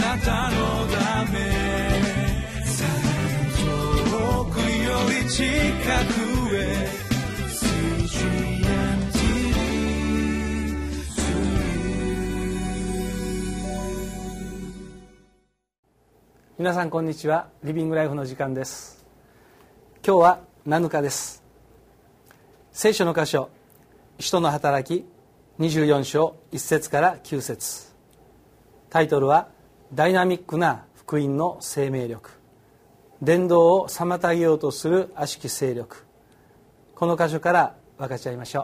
なたのため遠くより近くへ皆さんこんにちは。リビングライフの時間です。今日は7日です。聖書の箇所、使徒の働き24章1節から9節。タイトルはダイナミックな福音の生命力、伝道を妨げようとする悪しき勢力。この箇所から分かち合いましょう。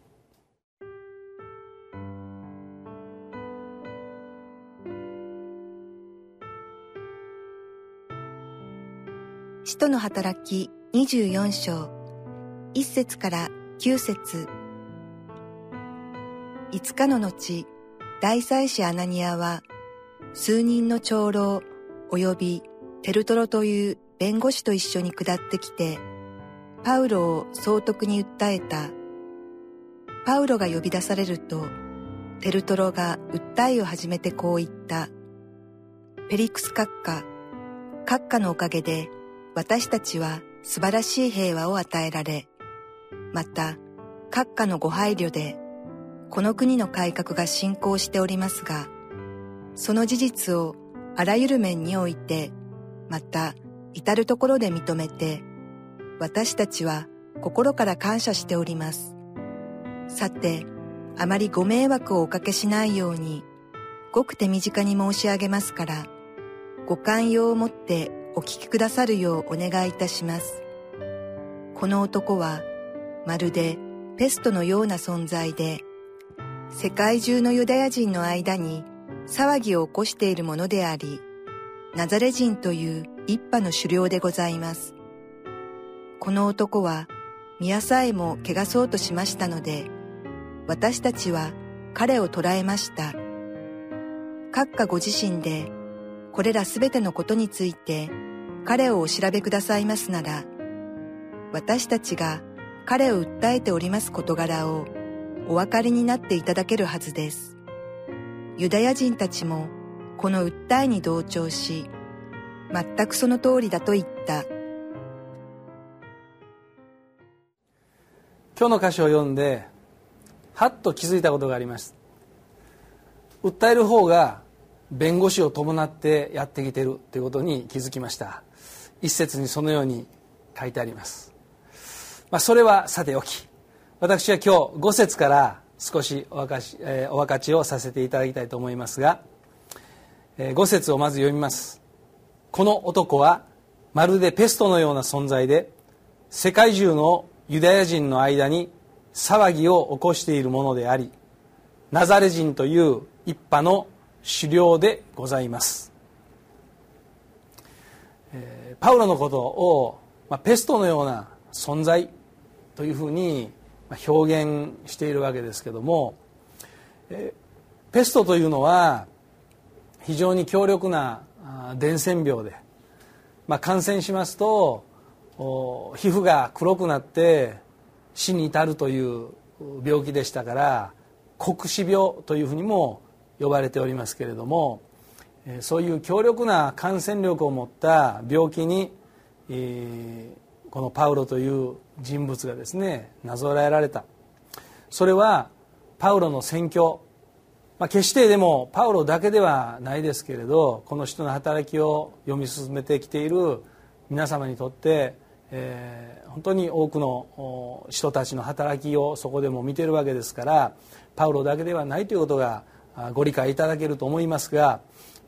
使徒の働き24章1節から9節。5日の後、大祭司アナニアは数人の長老およびテルトロという弁護士と一緒に下ってきて、パウロを総督に訴えた。パウロが呼び出されると、テルトロが訴えを始めてこう言った。ペリクス閣下のおかげで私たちは素晴らしい平和を与えられ、また閣下のご配慮でこの国の改革が進行しておりますが、その事実をあらゆる面において、また至るところで認めて、私たちは心から感謝しております。さて、あまりご迷惑をおかけしないように、ごく手短に申し上げますから、ご寛容をもってお聞きくださるようお願いいたします。この男はまるでペストのような存在で、世界中のユダヤ人の間に騒ぎを起こしているものであり、ナザレ人という一派の首領でございます。この男は宮さえも汚そうとしましたので、私たちは彼を捕らえました。閣下ご自身でこれらすべてのことについて彼をお調べくださいますなら、私たちが彼を訴えております事柄をお分かりになっていただけるはずです。ユダヤ人たちもこの訴えに同調し、全くその通りだと言った。 今日の箇所を読んではっと気づいたことがあります。訴える方が弁護士を伴ってやってきているということに気づきました。一節にそのように書いてあります。それはさておき、私は今日5節から少しお分かちをさせていただきたいと思いますが、5節をまず読みます。この男はまるでペストのような存在で、世界中のユダヤ人の間に騒ぎを起こしているものであり、ナザレ人という一派の首領でございます。パウロのことを、ペストのような存在というふうに表現しているわけですけども、ペストというのは非常に強力な伝染病で、感染しますと皮膚が黒くなって死に至るという病気でしたから、黒死病というふうにも呼ばれておりますけれども、そういう強力な感染力を持った病気に、このパウロという人物がですね、なぞらえられた。それはパウロの宣教、決してでもパウロだけではないですけれど、この人の働きを読み進めてきている皆様にとって、本当に多くの人たちの働きをそこでも見ているわけですから、パウロだけではないということがご理解いただけると思いますが、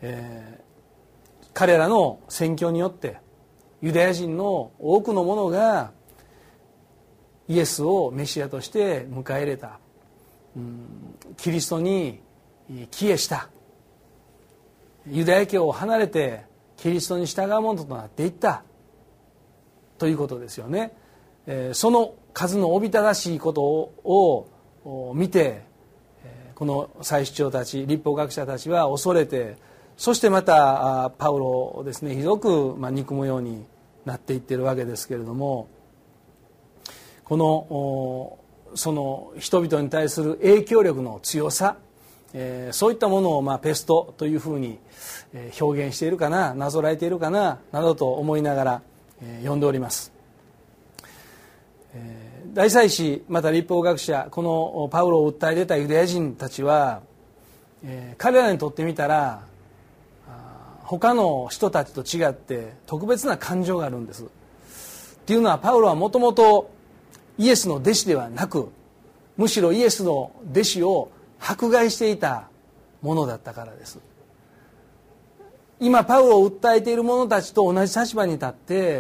彼らの宣教によってユダヤ人の多くの者がイエスをメシアとして迎え入れた、キリストに帰依したユダヤ教を離れてキリストに従うものとなっていったということですよね。その数のおびただしいことを見て、この祭司長たち、律法学者たちは恐れて、そしてまたパウロをですね、ひどく憎むようになっていっているわけですけれども、このその人々に対する影響力の強さ、 そういったものをペストというふうに表現しているかな、なぞらえているかななどと思いながら読んでおります。大祭司また律法学者、このパウロを訴え出たユダヤ人たちは、彼らにとってみたら他の人たちと違って特別な感情があるんです。っていうのは、パウロはもともとイエスの弟子ではなく、むしろイエスの弟子を迫害していたものだったからです。今パウロを訴えている者たちと同じ立場に立って、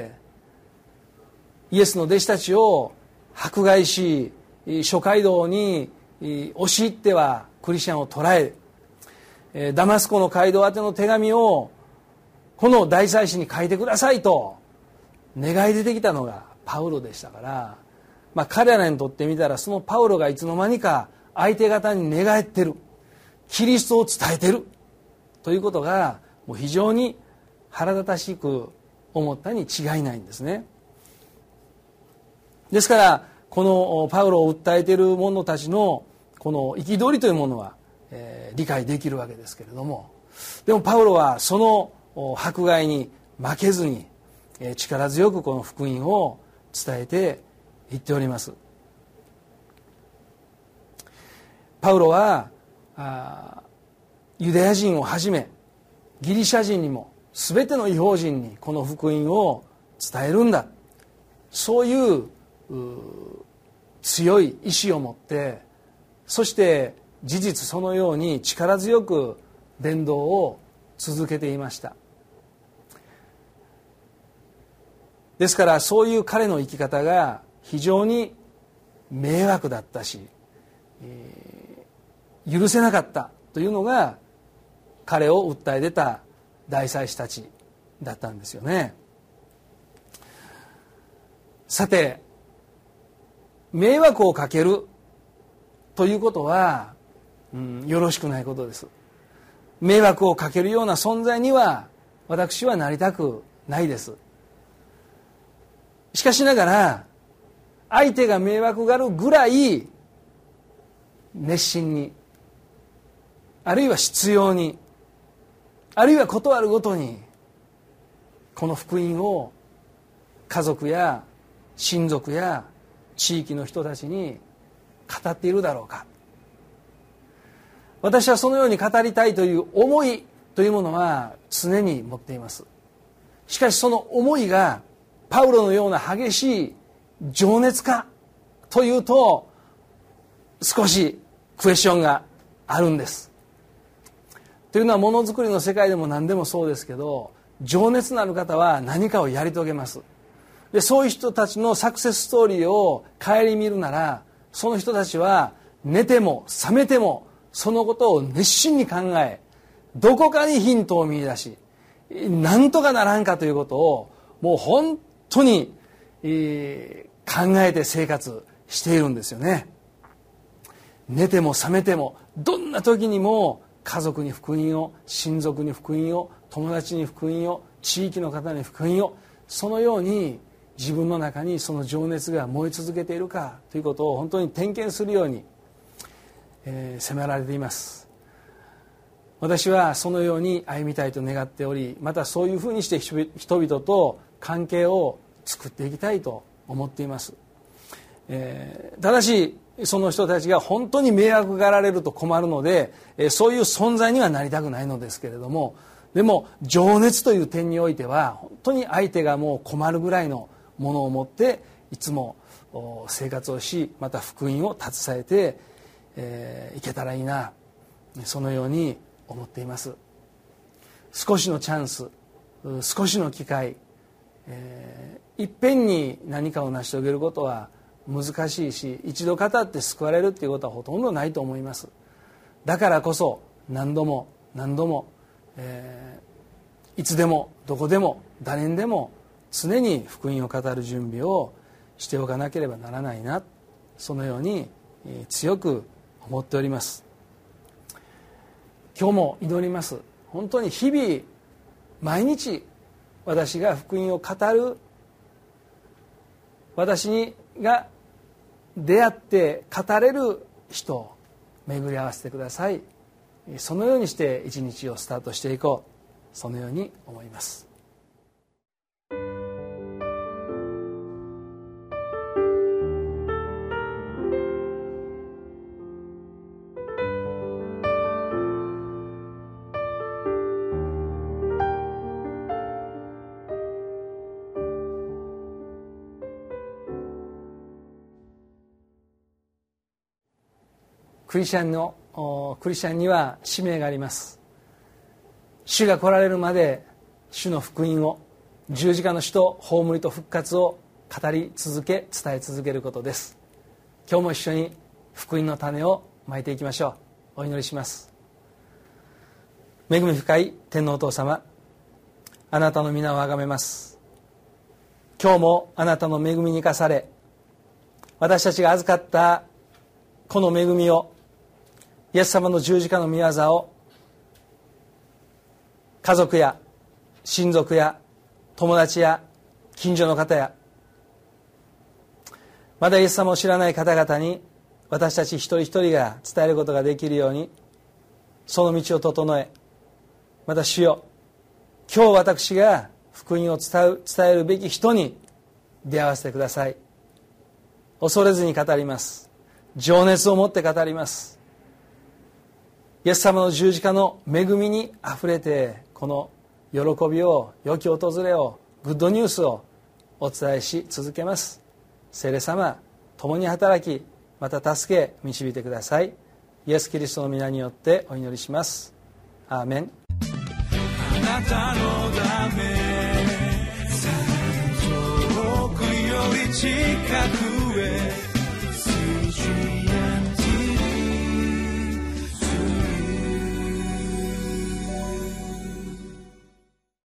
イエスの弟子たちを迫害し、諸街道に押し入ってはクリスチャンを捕らえ、ダマスコの街道宛ての手紙をこの大祭司に書いてくださいと願い出てきたのがパウロでしたから、彼らにとってみたら、そのパウロがいつの間にか相手方に寝返ってる、キリストを伝えてるということがもう非常に腹立たしく思ったに違いないんですね。ですからこのパウロを訴えている者たちのこの憤りというものは、理解できるわけですけれども、でもパウロはその迫害に負けずに力強くこの福音を伝えていっております。パウロはユダヤ人をはじめギリシャ人にも全ての異邦人にこの福音を伝えるんだ、そういう強い意志を持って、そして事実そのように力強く伝道を続けていました。ですからそういう彼の生き方が非常に迷惑だったし、許せなかったというのが彼を訴え出た大祭司たちだったんですよね。さて、迷惑をかけるということは、よろしくないことです。迷惑をかけるような存在には私はなりたくないです。しかしながら、相手が迷惑があるぐらい熱心に、あるいは執拗に、あるいは事あるごとにこの福音を家族や親族や地域の人たちに語っているだろうか。私はそのように語りたいという思いというものは常に持っています。しかしその思いがパウロのような激しい情熱かというと、少しクエスチョンがあるんです。というのは、ものづくりの世界でも何でもそうですけど、情熱のある方は何かをやり遂げます。で、そういう人たちのサクセスストーリーを顧みるなら、その人たちは寝ても覚めてもそのことを熱心に考え、どこかにヒントを見出し、なんとかならんかということをもう本当に、考えて生活しているんですよね。寝ても覚めても、どんな時にも家族に福音を、親族に福音を、友達に福音を、地域の方に福音を、そのように自分の中にその情熱が燃え続けているかということを本当に点検するように、迫られています。私はそのように歩みたいと願っており、またそういうふうにして人々と関係を作っていきたいと思っています。ただしその人たちが本当に迷惑がられると困るので、そういう存在にはなりたくないのですけれども、でも情熱という点においては本当に相手がもう困るぐらいのものを持っていつも生活をし、また福音を携えていけたらいいな、そのように思っています。少しのチャンス、少しの機会、いっぺんに何かを成し遂げることは難しいし、一度語って救われるということはほとんどないと思います。だからこそ何度も何度も、いつでもどこでも誰にでも常に福音を語る準備をしておかなければならないな、そのように強く思っております。今日も祈ります。本当に日々毎日私が福音を語る、私が出会って語れる人を巡り合わせてください。 そのようにして一日をスタートしていこう、そのように思います。クリスチャンには使命があります。主が来られるまで主の福音を、十字架の死と葬りと復活を語り続け、伝え続けることです。今日も一緒に福音の種をまいていきましょう。お祈りします。恵み深い天のお父様、あなたの皆をあがめます。今日もあなたの恵みに生かされ、私たちが預かったこの恵みを、イエス様の十字架の御業を、家族や親族や友達や近所の方や、まだイエス様を知らない方々に私たち一人一人が伝えることができるように、その道を整え、また主よ、今日私が福音を伝えるべき人に出会わせてください。恐れずに語ります。情熱を持って語ります。イエス様の十字架の恵みにあふれて、この喜びを、良き訪れを、グッドニュースをお伝えし続けます。聖霊様、共に働き、また助け導いてください。イエス・キリストの皆によってお祈りします。アーメン。 あなたのため遠くより近くへ